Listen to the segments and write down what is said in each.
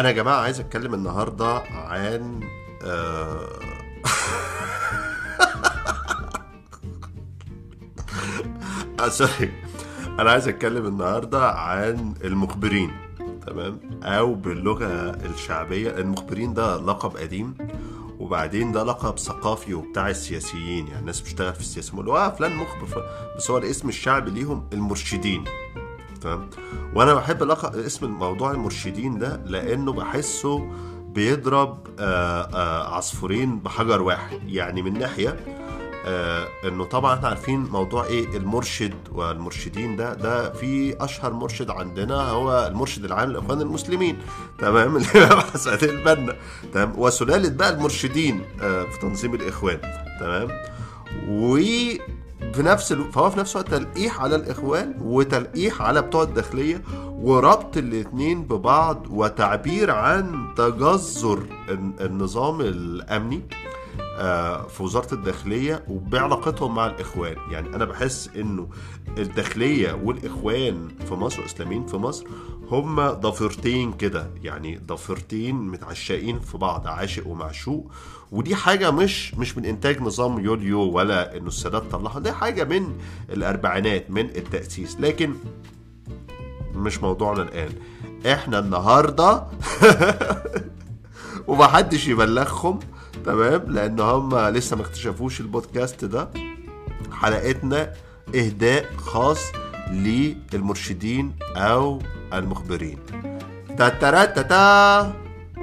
انا يا جماعه عايز اتكلم النهارده عن آه، سوري. انا عايز اتكلم النهارده عن المخبرين. تمام، او باللغه الشعبيه المخبرين ده لقب قديم، وبعدين ده لقب ثقافي وبتاع السياسيين، يعني الناس بتشتغل في السياسه يقولوا فلان مخبر بس هو الاسم الشعبي ليهم المرشدين. تمام. وانا بحب اسم الموضوع المرشدين ده لانه بحسه بيضرب عصفورين بحجر واحد. يعني من ناحيه انه طبعا احنا عارفين موضوع ايه المرشد والمرشدين. ده في اشهر مرشد عندنا هو المرشد العام للاخوان المسلمين. تمام. اللي هو حسن البنا. تمام. وسلاله بقى المرشدين في تنظيم الاخوان. تمام. و فهو في نفس الوقت تلقيح على الاخوان وتلقيح على بتوع الداخليه، وربط الاتنين ببعض وتعبير عن تجذر النظام الامني في وزارة الداخلية وبعلاقتهم مع الإخوان. يعني أنا بحس إنه الداخلية والإخوان في مصر والإسلاميين في مصر هم ضفيرتين كده، يعني ضفيرتين متعشقين في بعض، عاشق ومعشوق. ودي حاجة مش من إنتاج نظام يوليو ولا إنه السادات طلعها، دي حاجة من الأربعينات من التأسيس، لكن مش موضوعنا الآن. إحنا النهاردة ومحدش يبلغهم. تمام، لان هم لسه ما اكتشفوش البودكاست ده. حلقتنا اهداء خاص للمرشدين او المخبرين. تاتراتتا.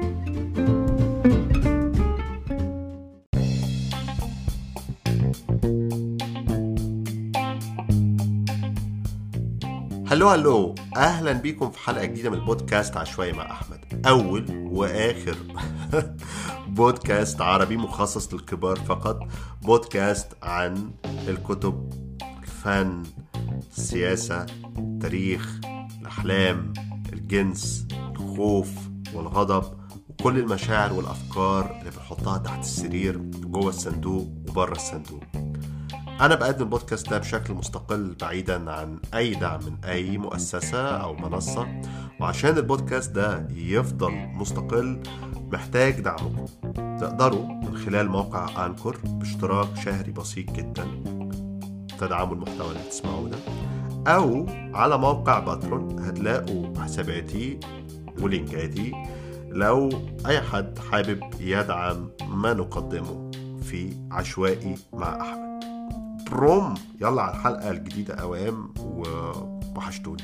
هلو اهلا بيكم في حلقه جديده من البودكاست عشوائي مع احمد، اول واخر بودكاست عربي مخصص للكبار فقط، بودكاست عن الكتب، الفن، السياسه، التاريخ، الاحلام، الجنس، الخوف والغضب، وكل المشاعر والافكار اللي بنحطها تحت السرير، جوه الصندوق وبره الصندوق. أنا بقدم البودكاست ده بشكل مستقل بعيدا عن أي دعم من أي مؤسسة أو منصة، وعشان البودكاست ده يفضل مستقل محتاج دعمكم. تقدروا من خلال موقع أنكور باشتراك شهري بسيط جدا تدعموا المحتوى اللي تسمعوه ده، أو على موقع باترون هتلاقوا حساباتي ولينكاتي لو أي حد حابب يدعم ما نقدمه في عشوائي مع أحمد. بروم، يلا على الحلقة الجديدة أوام وحشتوني.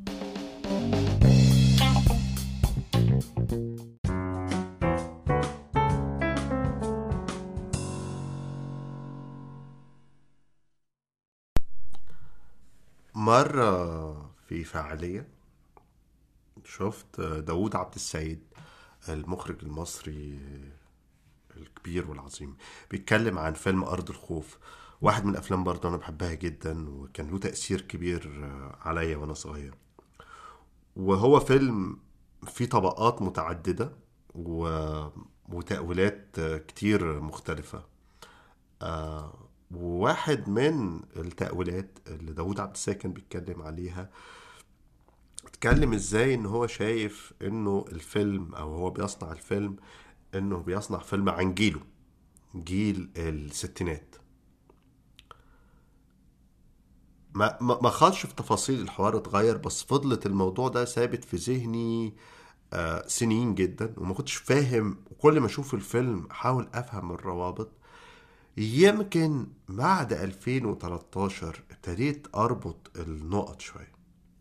مرة في فعالية شفت داود عبد السيد المخرج المصري الكبير والعظيم بيتكلم عن فيلم أرض الخوف، واحد من الأفلام برضه أنا بحبها جدا وكان له تأثير كبير عليا وأنا صغير. وهو فيلم فيه طبقات متعددة وتأويلات كتير مختلفة. وواحد من التأويلات اللي داود عبد السيد كان بيتكلم عليها، اتكلم ازاي ان هو شايف انه الفيلم او هو بيصنع الفيلم انه بيصنع فيلم عن جيله، جيل الستينات. ما خدش في تفاصيل الحوار، اتغير بس فضلت الموضوع ده ثابت في ذهني سنين جدا، وما كنتش فاهم. وكل ما اشوف الفيلم احاول افهم الروابط. يمكن بعد 2013 ابتديت اربط النقط شوية.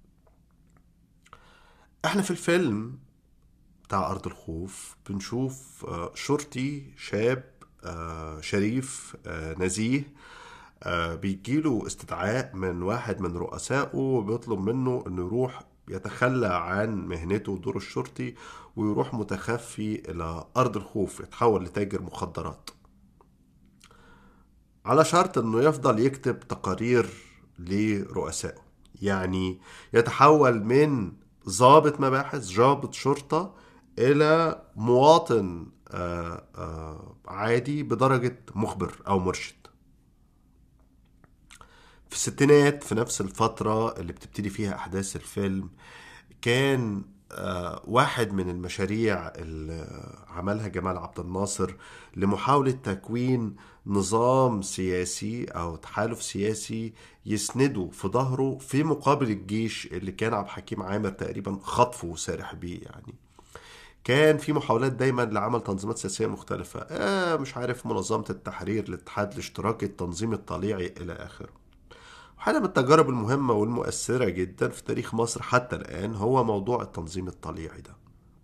احنا في الفيلم بتاع أرض الخوف بنشوف شرطي شاب شريف نزيه، بيجيله استدعاء من واحد من رؤسائه وبيطلب منه انه يروح يتخلى عن مهنته ودور الشرطي ويروح متخفي الى أرض الخوف، يتحول لتاجر مخدرات، على شرط انه يفضل يكتب تقارير لرؤسائه. يعني يتحول من ضابط مباحث، ضابط شرطة، الى مواطن عادي بدرجة مخبر او مرشد. في الستينات، في نفس الفترة اللي بتبتدي فيها احداث الفيلم، كان واحد من المشاريع اللي عملها جمال عبد الناصر لمحاولة تكوين نظام سياسي أو تحالف سياسي يسنده في ظهره في مقابل الجيش اللي كان عبد الحكيم عامر تقريبا خطفه وسارح بيه يعني. كان في محاولات دايما لعمل تنظيمات سياسية مختلفة، مش عارف، منظمة التحرير، الاتحاد الاشتراكي، التنظيم الطليعي إلى آخره. واحدة من التجارب المهمة والمؤثرة جدا في تاريخ مصر حتى الآن هو موضوع التنظيم الطليعي ده.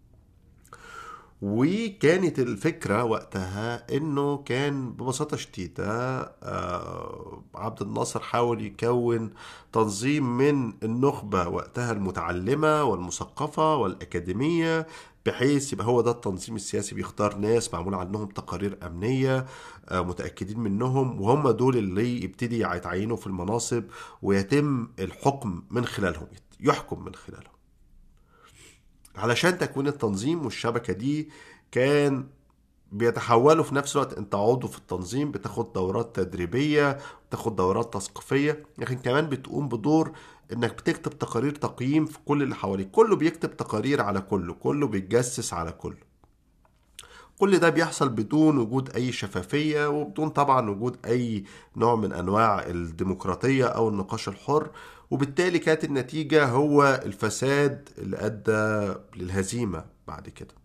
وكانت الفكرة وقتها انه كان ببساطة شديدة عبد الناصر حاول يكون تنظيم من النخبة وقتها المتعلمة والمثقفة والأكاديمية، بحيث يبقى هو ده التنظيم السياسي، بيختار ناس معمول عنهم تقارير أمنية متأكدين منهم، وهم دول اللي يبتدي يتعينوا في المناصب ويتم الحكم من خلالهم، يحكم من خلالهم. علشان تكوين التنظيم والشبكة دي كان بيتحولوا في نفس الوقت، انت عضو في التنظيم بتاخد دورات تدريبية، بتاخد دورات تثقيفية، لكن كمان بتقوم بدور انك بتكتب تقارير تقييم في كل اللي حواليك، كله بيكتب تقارير على كله، كله بيتجسس على كله. كل ده بيحصل بدون وجود اي شفافية، وبدون طبعا وجود اي نوع من انواع الديمقراطية او النقاش الحر. وبالتالي كانت النتيجة هو الفساد اللي ادى للهزيمة بعد كده.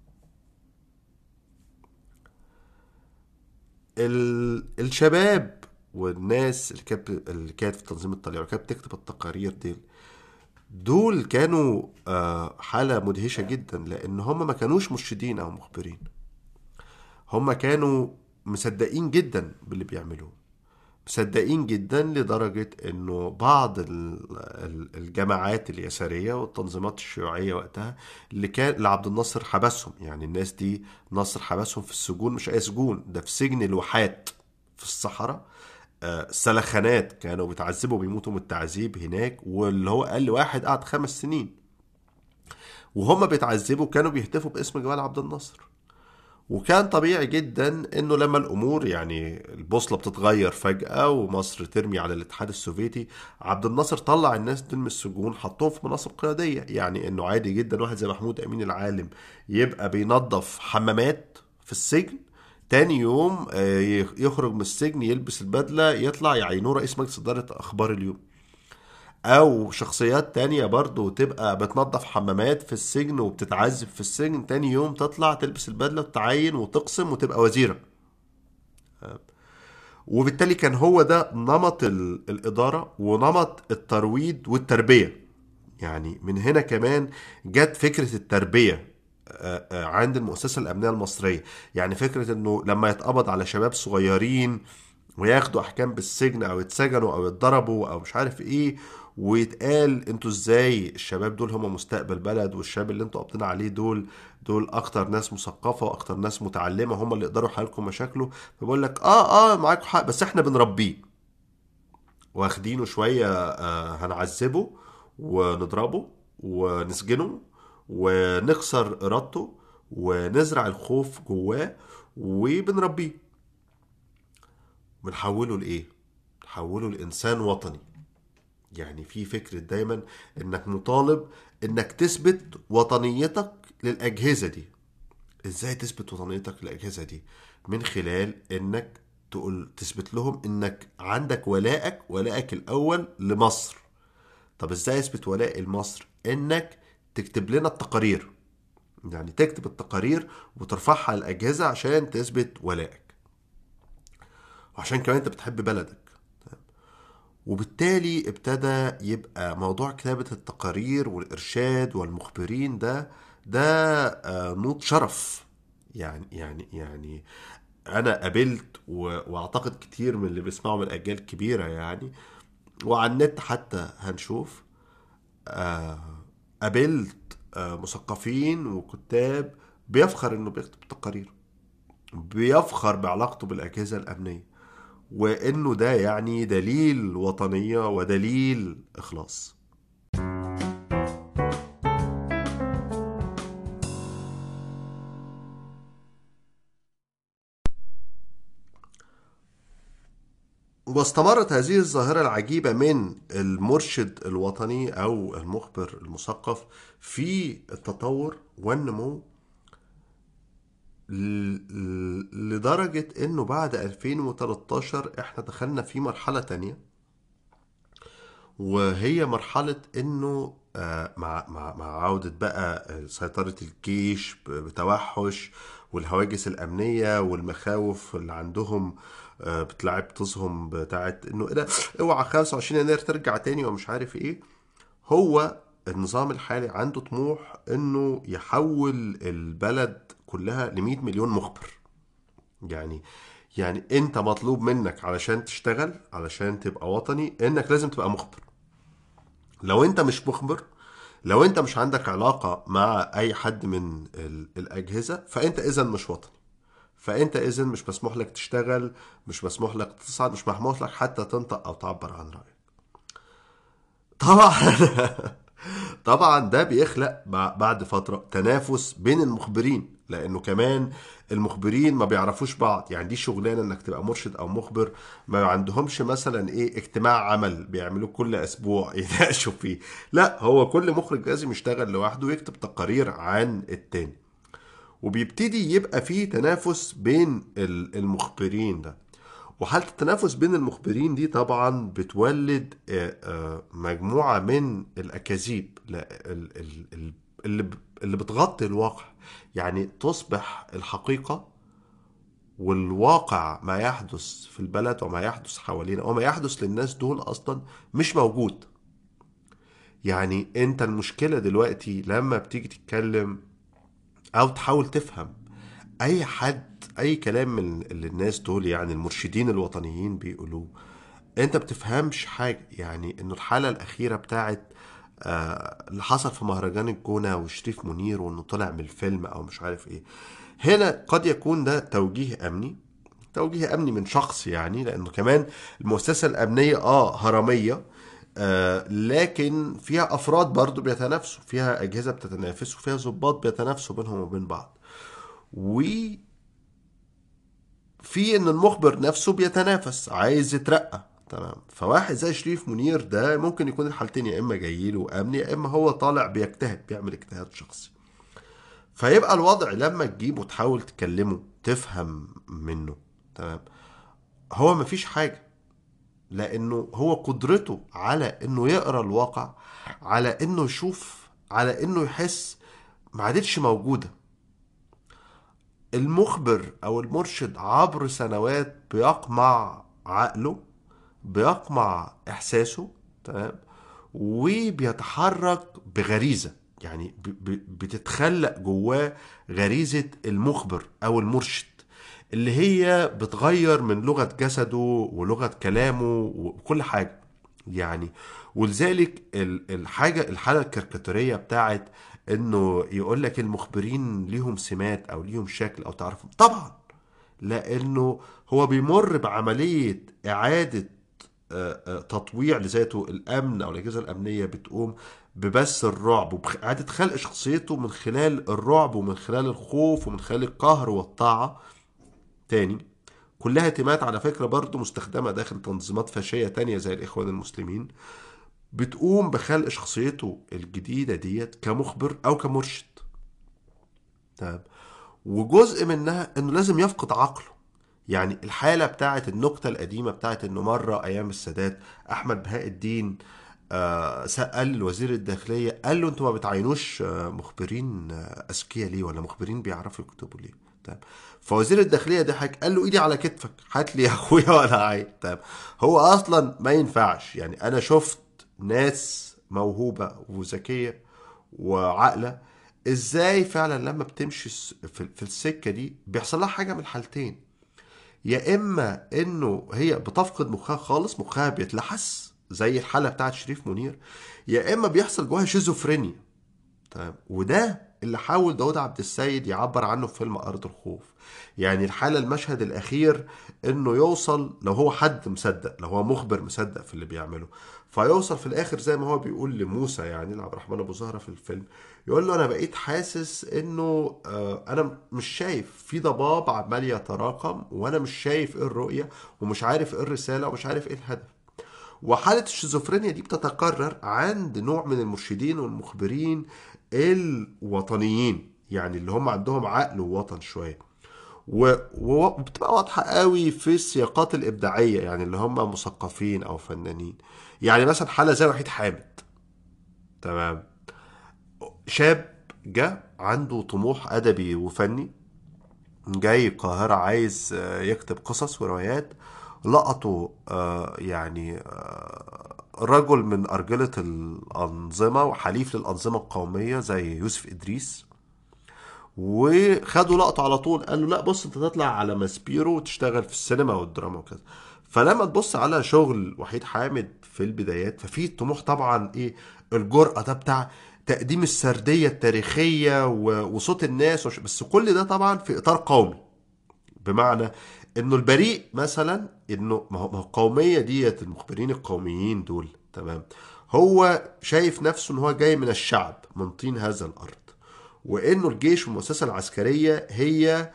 الشباب والناس اللي كانت في التنظيم الطليعي وكانت بتكتب التقارير دي، دول كانوا حالة مدهشة جدا، لان هم ما كانوش مرشدين او مخبرين، هم كانوا مصدقين جدا باللي بيعملوه، مصدقين جدا لدرجة انه بعض الجماعات اليسارية والتنظيمات الشيوعية وقتها اللي عبد الناصر حبسهم، يعني الناس دي ناصر حبسهم في السجون، مش اي سجون، ده في سجن الواحات في الصحراء. سلخانات، كانوا بيتعذبوا بيموتوا من التعذيب هناك، واللي هو اقل واحد قعد 5 سنين. وهم بيتعذبوا كانوا بيهتفوا باسم جمال عبد الناصر. وكان طبيعي جدا انه لما الامور يعني البوصله بتتغير فجاه ومصر ترمي على الاتحاد السوفيتي، عبد الناصر طلع الناس دول من السجون، حطهم في مناصب قياديه. يعني انه عادي جدا واحد زي محمود امين العالم يبقى بينظف حمامات في السجن، تاني يوم يخرج من السجن يلبس البدله يطلع يعينوه رئيس مجلس اداره اخبار اليوم. او شخصيات تانية برضو تبقى بتنظف حمامات في السجن وبتتعذب في السجن، تاني يوم تطلع تلبس البدلة وتعين وتقسم وتبقى وزيرة. وبالتالي كان هو ده نمط الإدارة ونمط الترويض والتربية. يعني من هنا كمان جت فكرة التربية عند المؤسسة الأمنية المصرية. يعني فكرة أنه لما يتقبض على شباب صغيرين وياخدوا أحكام بالسجن أو يتسجنوا أو يتضربوا أو مش عارف إيه، ويتقال انتوا ازاي الشباب دول هم مستقبل بلد، والشباب اللي انتوا قابضين عليه دول اكتر ناس مثقفه واكتر ناس متعلمه، هم اللي يقدروا يحلوا لكم مشاكله. فبقول لك معاكم حق، بس احنا بنربيه، واخدينه شويه هنعذبه ونضربه ونسجنه ونكسر ارادته ونزرع الخوف جواه، وبنربيه، بنحوله لايه؟ نحوله لانسان وطني. يعني في فكرة دايما انك مطالب انك تثبت وطنيتك للأجهزة دي. ازاي تثبت وطنيتك للأجهزة دي؟ من خلال انك تقول تثبت لهم انك عندك ولائك الاول لمصر. طب ازاي اثبت ولائي لمصر؟ انك تكتب لنا التقارير، يعني تكتب التقارير وترفعها للأجهزة عشان تثبت ولائك، وعشان كمان انت بتحب بلدك. وبالتالي ابتدى يبقى موضوع كتابة التقارير والإرشاد والمخبرين ده نوط شرف. يعني أنا قابلت وأعتقد كتير من اللي بيسمعوا من الأجيال الكبيرة يعني، وعلى النت حتى هنشوف، قابلت مثقفين وكتاب بيفخر إنه بيكتب تقارير، بيفخر بعلاقته بالأجهزة الأمنية، وانه ده يعني دليل وطنية ودليل اخلاص. واستمرت هذه الظاهرة العجيبة من المرشد الوطني أو المخبر المثقف في التطور والنمو لدرجة انه بعد 2013 احنا دخلنا في مرحلة تانية، وهي مرحلة انه مع عودة بقى سيطرة الجيش بتوحش، والهواجس الأمنية والمخاوف اللي عندهم بتلعب بتاعت انه ايه ده، اوعى 25 يناير ترجع تاني ومش عارف ايه. هو النظام الحالي عنده طموح انه يحول البلد كلها ل 100 مليون مخبر. يعني يعني انت مطلوب منك علشان تشتغل، علشان تبقى وطني، انك لازم تبقى مخبر. لو انت مش مخبر، لو انت مش عندك علاقة مع اي حد من الاجهزة، فانت اذا مش وطني، فانت اذا مش مسموح لك تشتغل، مش مسموح لك تصعد، مش مسموح لك حتى تنطق او تعبر عن رأيك. طبعا طبعا ده بيخلق بعد فترة تنافس بين المخبرين، لانه كمان المخبرين ما بيعرفوش بعض. يعني دي شغلانة انك تبقى مرشد او مخبر، ما عندهمش مثلا ايه اجتماع عمل بيعملوه كل اسبوع يناقشوا فيه. لا، هو كل مخرج لازم يشتغل لوحده ويكتب تقارير عن التاني، وبيبتدي يبقى فيه تنافس بين المخبرين ده. وحالة التنافس بين المخبرين دي طبعا بتولد مجموعة من الأكاذيب اللي بتغطي الواقع. يعني تصبح الحقيقة والواقع، ما يحدث في البلد وما يحدث حوالينا وما يحدث للناس دول أصلا مش موجود. يعني انت المشكلة دلوقتي لما بتيجي تتكلم او تحاول تفهم اي حد، اي كلام من اللي الناس دول يعني المرشدين الوطنيين بيقولوه، انت بتفهمش حاجة. يعني انه الحالة الاخيرة بتاعت اللي حصل في مهرجان الجونة وشريف منير وانه طلع من الفيلم او مش عارف ايه، هنا قد يكون ده توجيه امني، توجيه امني من شخص. يعني لانه كمان المؤسسة الامنية هرمية، لكن فيها افراد برضو بيتنافسوا، فيها اجهزة بتتنافس، وفيها ضباط بيتنافسوا بينهم وبين بعض. وفي ان المخبر نفسه بيتنافس، عايز يترقى. تمام. فواحد زي شريف منير ده ممكن يكون الحالتين، يا اما جاي له امن، يا اما هو طالع بيجتهد، بيعمل اجتهاد شخصي. فيبقى الوضع لما تجيبه وتحاول تكلمه تفهم منه، تمام، هو مفيش حاجة. لانه هو قدرته على انه يقرا الواقع، على انه يشوف، على انه يحس، ما عادتش موجودة. المخبر او المرشد عبر سنوات بيقمع عقله، بيقمع احساسه، تمام، وبيتحرك بغريزة. يعني بتتخلق جواه غريزة المخبر او المرشد، اللي هي بتغير من لغة جسده ولغة كلامه وكل حاجة. يعني ولذلك الحالة الكاريكاتورية بتاعت انه يقول لك المخبرين ليهم سمات او ليهم شكل او تعرفهم، طبعا لانه هو بيمر بعملية اعادة تطويع لذاته. الامن او الاجهزة الامنية بتقوم ببث الرعب وبإعادة خلق شخصيته من خلال الرعب ومن خلال الخوف ومن خلال القهر والطاعة تاني. كلها تيمات على فكرة برضو مستخدمة داخل تنظيمات فاشية تانية زي الإخوان المسلمين، بتقوم بخلق شخصيته الجديدة ديت كمخبر أو كمرشد. تمام. وجزء منها إنه لازم يفقد عقله. يعني الحالة بتاعت النكتة القديمة بتاعت إنه مرة أيام السادات أحمد بهاء الدين سأل وزير الداخلية، قال له انتوا ما بتعينوش مخبرين أذكياء ليه، ولا مخبرين بيعرفوا يكتبوا ليه؟ تمام. فوزير الداخلية ضحك قال له ايدي على كتفك، هات لي يا اخويا ولا عين. تمام. هو اصلا ما ينفعش. يعني انا شفت ناس موهوبة وذكية وعاقلة ازاي فعلا لما بتمشي في السكة دي بيحصل لها حاجة من الحالتين: يا اما انه هي بتفقد مخها خالص، مخها بيتلحس زي الحالة بتاعت شريف منير، يا اما بيحصل جواها شيزوفرينيا. تمام. وده اللي حاول داود عبد السيد يعبر عنه في فيلم أرض الخوف. يعني الحالة المشهد الأخير إنه يوصل، لو هو حد مصدق، لو هو مخبر مصدق في اللي بيعمله، فيوصل في الآخر زي ما هو بيقول لموسى، يعني لعبد الرحمن أبو زهرة في الفيلم، يقول له أنا بقيت حاسس إنه أنا مش شايف في ضباب عمال يتراكم، وأنا مش شايف إيه الرؤية، ومش عارف إيه الرسالة، ومش عارف إيه الهدف. وحالة الشيزوفرينيا دي بتتكرر عند نوع من المرشدين والمخبرين الوطنيين، يعني اللي هم عندهم عقل ووطن شوية. وبتبقى واضحة قوي في السياقات الإبداعية، يعني اللي هم مثقفين أو فنانين. يعني مثلا حالة زي وحيد حامد، تمام، شاب جه عنده طموح أدبي وفني، جاي القاهرة عايز يكتب قصص وروايات. لقطوا رجل من أرجلة الأنظمة وحليف للأنظمة القومية زي يوسف إدريس، وخدوا لقطة على طول، قال له لا بص انت تطلع على ماسبيرو وتشتغل في السينما والدراما وكذا. فلما تبص على شغل وحيد حامد في البدايات، ففي طموح طبعا، ايه الجرأة ده بتاع تقديم السردية التاريخية وصوت الناس بس كل ده طبعا في إطار قومي. بمعنى انه البريء مثلا، انه ما هو القوميه ديت، المخبرين القوميين دول، تمام، هو شايف نفسه ان هو جاي من الشعب، من طين هذا الارض، وانه الجيش والمؤسسه العسكريه هي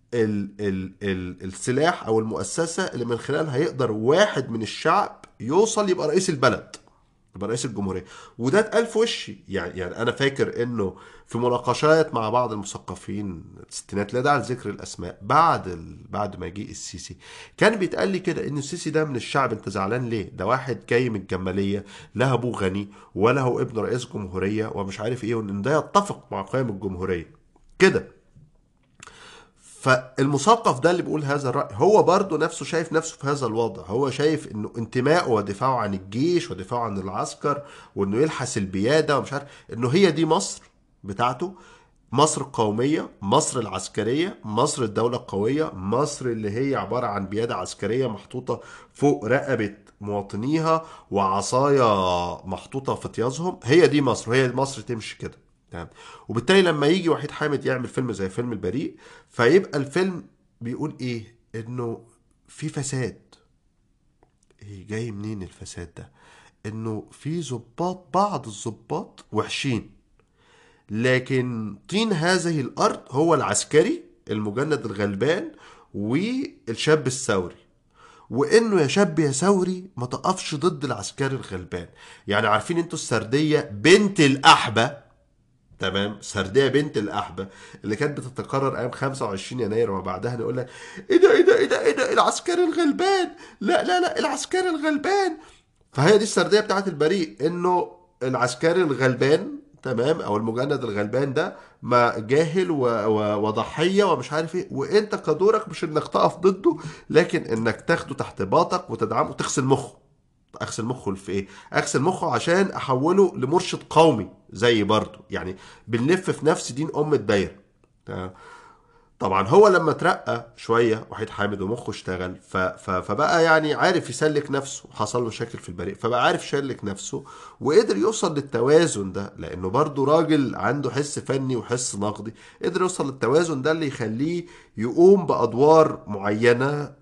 السلاح او المؤسسه اللي من خلالها يقدر واحد من الشعب يوصل يبقى رئيس البلد، يبقى رئيس الجمهوريه. وده اتقال في وشي، يعني انا فاكر انه في مناقشات مع بعض المثقفين الستينات، لا داعي لذكر الاسماء، بعد ما جه السيسي، كان بيتقال لي كده ان السيسي ده من الشعب، انت زعلان ليه؟ ده واحد جاي من الجماليه، لا ابوه غني ولا هو ابن رئيس جمهوريه ومش عارف ايه، وان ده يتفق مع قيم الجمهوريه كده. فالمثقف ده اللي بيقول هذا الرأي هو برضه نفسه شايف نفسه في هذا الوضع، هو شايف انه انتمائه ودفاعه عن الجيش ودفاعه عن العسكر، وانه يلحس البيادة ومش عارف، انه هي دي مصر بتاعته، مصر القومية، مصر العسكرية، مصر الدولة القوية، مصر اللي هي عبارة عن بيادة عسكرية محطوطة فوق رقبة مواطنيها وعصايا محطوطة في طيازهم، هي دي مصر، وهي مصر تمشي كده، تمام. وبالتالي لما يجي وحيد حامد يعمل فيلم زي فيلم البريء، فيبقى الفيلم بيقول ايه؟ انه في فساد. إيه جاي منين الفساد ده؟ انه في ضباط، بعض الضباط وحشين، لكن طين هذه الارض هو العسكري المجند الغلبان والشاب الثوري، وانه يا شاب يا ثوري ما تقفش ضد العسكري الغلبان. يعني عارفين انتوا السرديه بنت الاحبه، تمام، سرديه بنت الاحبه اللي كانت بتتكرر ايام 25 يناير وما بعدها، نقول لك ايه ده ايه ده ايه ده ايه ده العسكري الغلبان، لا لا لا العسكري الغلبان. فهي دي السرديه بتاعت البريء، انه العسكري الغلبان، تمام، او المجند الغلبان ده ما جاهل وضحيه ومش عارف ايه، وانت كدورك مش انك تقف ضده، لكن انك تاخده تحت باطك وتدعمه وتغسل مخه. اغسل مخه في ايه؟ اغسل مخه عشان احوله لمرشد قومي زي برضه، يعني بنلف في نفس دين الدايره. طبعا هو لما اترقى شويه وحيد حامد ومخه اشتغل، فبقى يعني عارف يسلك نفسه، حصل له مشاكل في البريء فبقى عارف يسلك نفسه، وقدر يوصل للتوازن ده، لانه برضه راجل عنده حس فني وحس نقدي، قدر يوصل للتوازن ده اللي يخليه يقوم بادوار معينه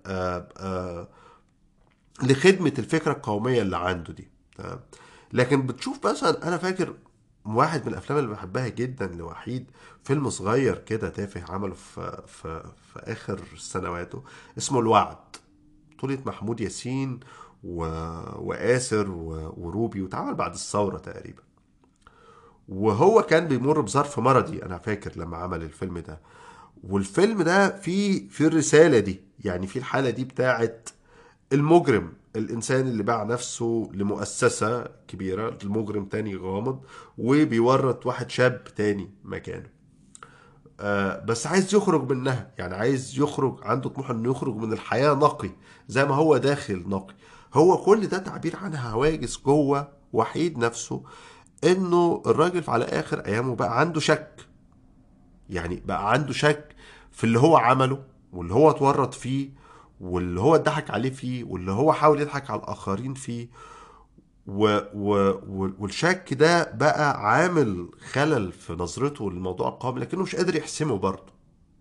لخدمه الفكره القوميه اللي عنده دي. لكن بتشوف مثلا، انا فاكر واحد من الافلام اللي بحبها جدا لوحيد، فيلم صغير كده تافه عمله في اخر سنواته، اسمه الوعد، بطولة محمود ياسين و... وآسر وروبي، واتعمل بعد الثورة تقريبا. وهو كان بيمر بظرف مرضي، انا فاكر لما عمل الفيلم ده. والفيلم ده فيه الرسالة دي، يعني في الحالة دي بتاعت المجرم، الانسان اللي باع نفسه لمؤسسة كبيرة، المجرم تاني غامض، وبيورط واحد شاب تاني مكانه. بس عايز يخرج منها، يعني عايز يخرج، عنده طموح انه يخرج من الحياة نقي زي ما هو داخل نقي. هو كل ده تعبير عن هواجس جوه وحيد نفسه، انه الراجل على اخر ايامه بقى عنده شك، يعني بقى عنده شك في اللي هو عمله، واللي هو اتورط فيه، واللي هو اتضحك عليه فيه، واللي هو حاول يضحك على الآخرين فيه. والشك ده بقى عامل خلل في نظرته للموضوع القومي، لكنه مش قادر يحسمه برضه.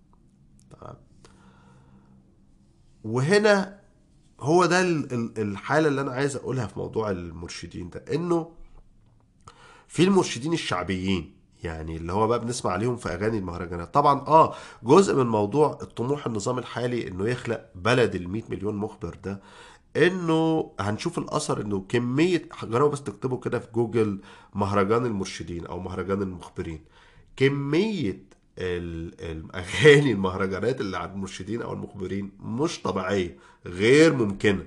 وهنا هو ده الحالة اللي أنا عايز أقولها في موضوع المرشدين ده، إنه في المرشدين الشعبيين، يعني اللي هو بقى بنسمع عليهم في اغاني المهرجانات. طبعا جزء من موضوع الطموح النظام الحالي انه يخلق بلد ال 100 مليون مخبر ده، انه هنشوف الاثر، انه كميه، جربوا بس تكتبوا كده في جوجل مهرجان المرشدين او مهرجان المخبرين، كميه الاغاني المهرجانات اللي عند المرشدين او المخبرين مش طبيعيه، غير ممكنه.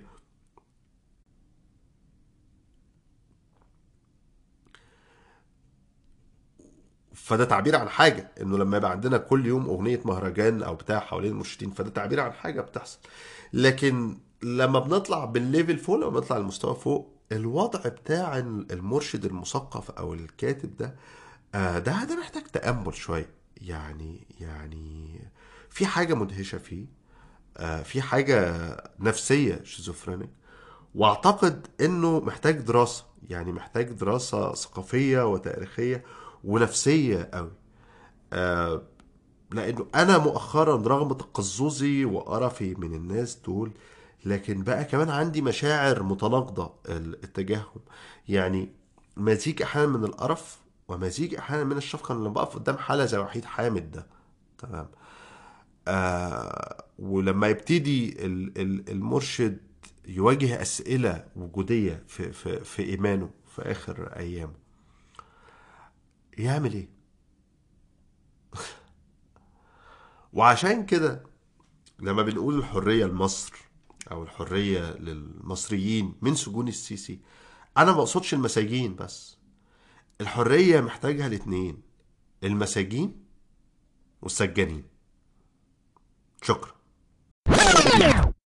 فده تعبير عن حاجة، انه لما يبقى عندنا كل يوم اغنية مهرجان او بتاع حوالين المرشدين، فده تعبير عن حاجة بتحصل. لكن لما بنطلع بالليفل فوق، لما بنطلع المستوى فوق، الوضع بتاع المرشد المثقف او الكاتب ده، ده محتاج تأمل شوية. يعني في حاجة مدهشة فيه، في حاجة نفسية شيزوفرينيك، واعتقد انه محتاج دراسة، يعني محتاج دراسة ثقافية وتاريخية ونفسية قوي. لانه انا مؤخرا رغم تقززي وقرفي من الناس دول، لكن بقى كمان عندي مشاعر متناقضة اتجاههم. يعني مزيج احيانا من القرف، ومزيج احيانا من الشفقة لما بقف قدام حالة زي وحيد حامد ده. تمام. ولما يبتدي المرشد يواجه أسئلة وجودية في إيمانه في آخر أيامه، يعمل إيه؟ وعشان كده لما بنقول الحرية لمصر أو الحرية للمصريين من سجون السيسي، أنا ما بقصدش المساجين بس. الحرية محتاجها الاتنين، المساجين والسجانين. شكرا.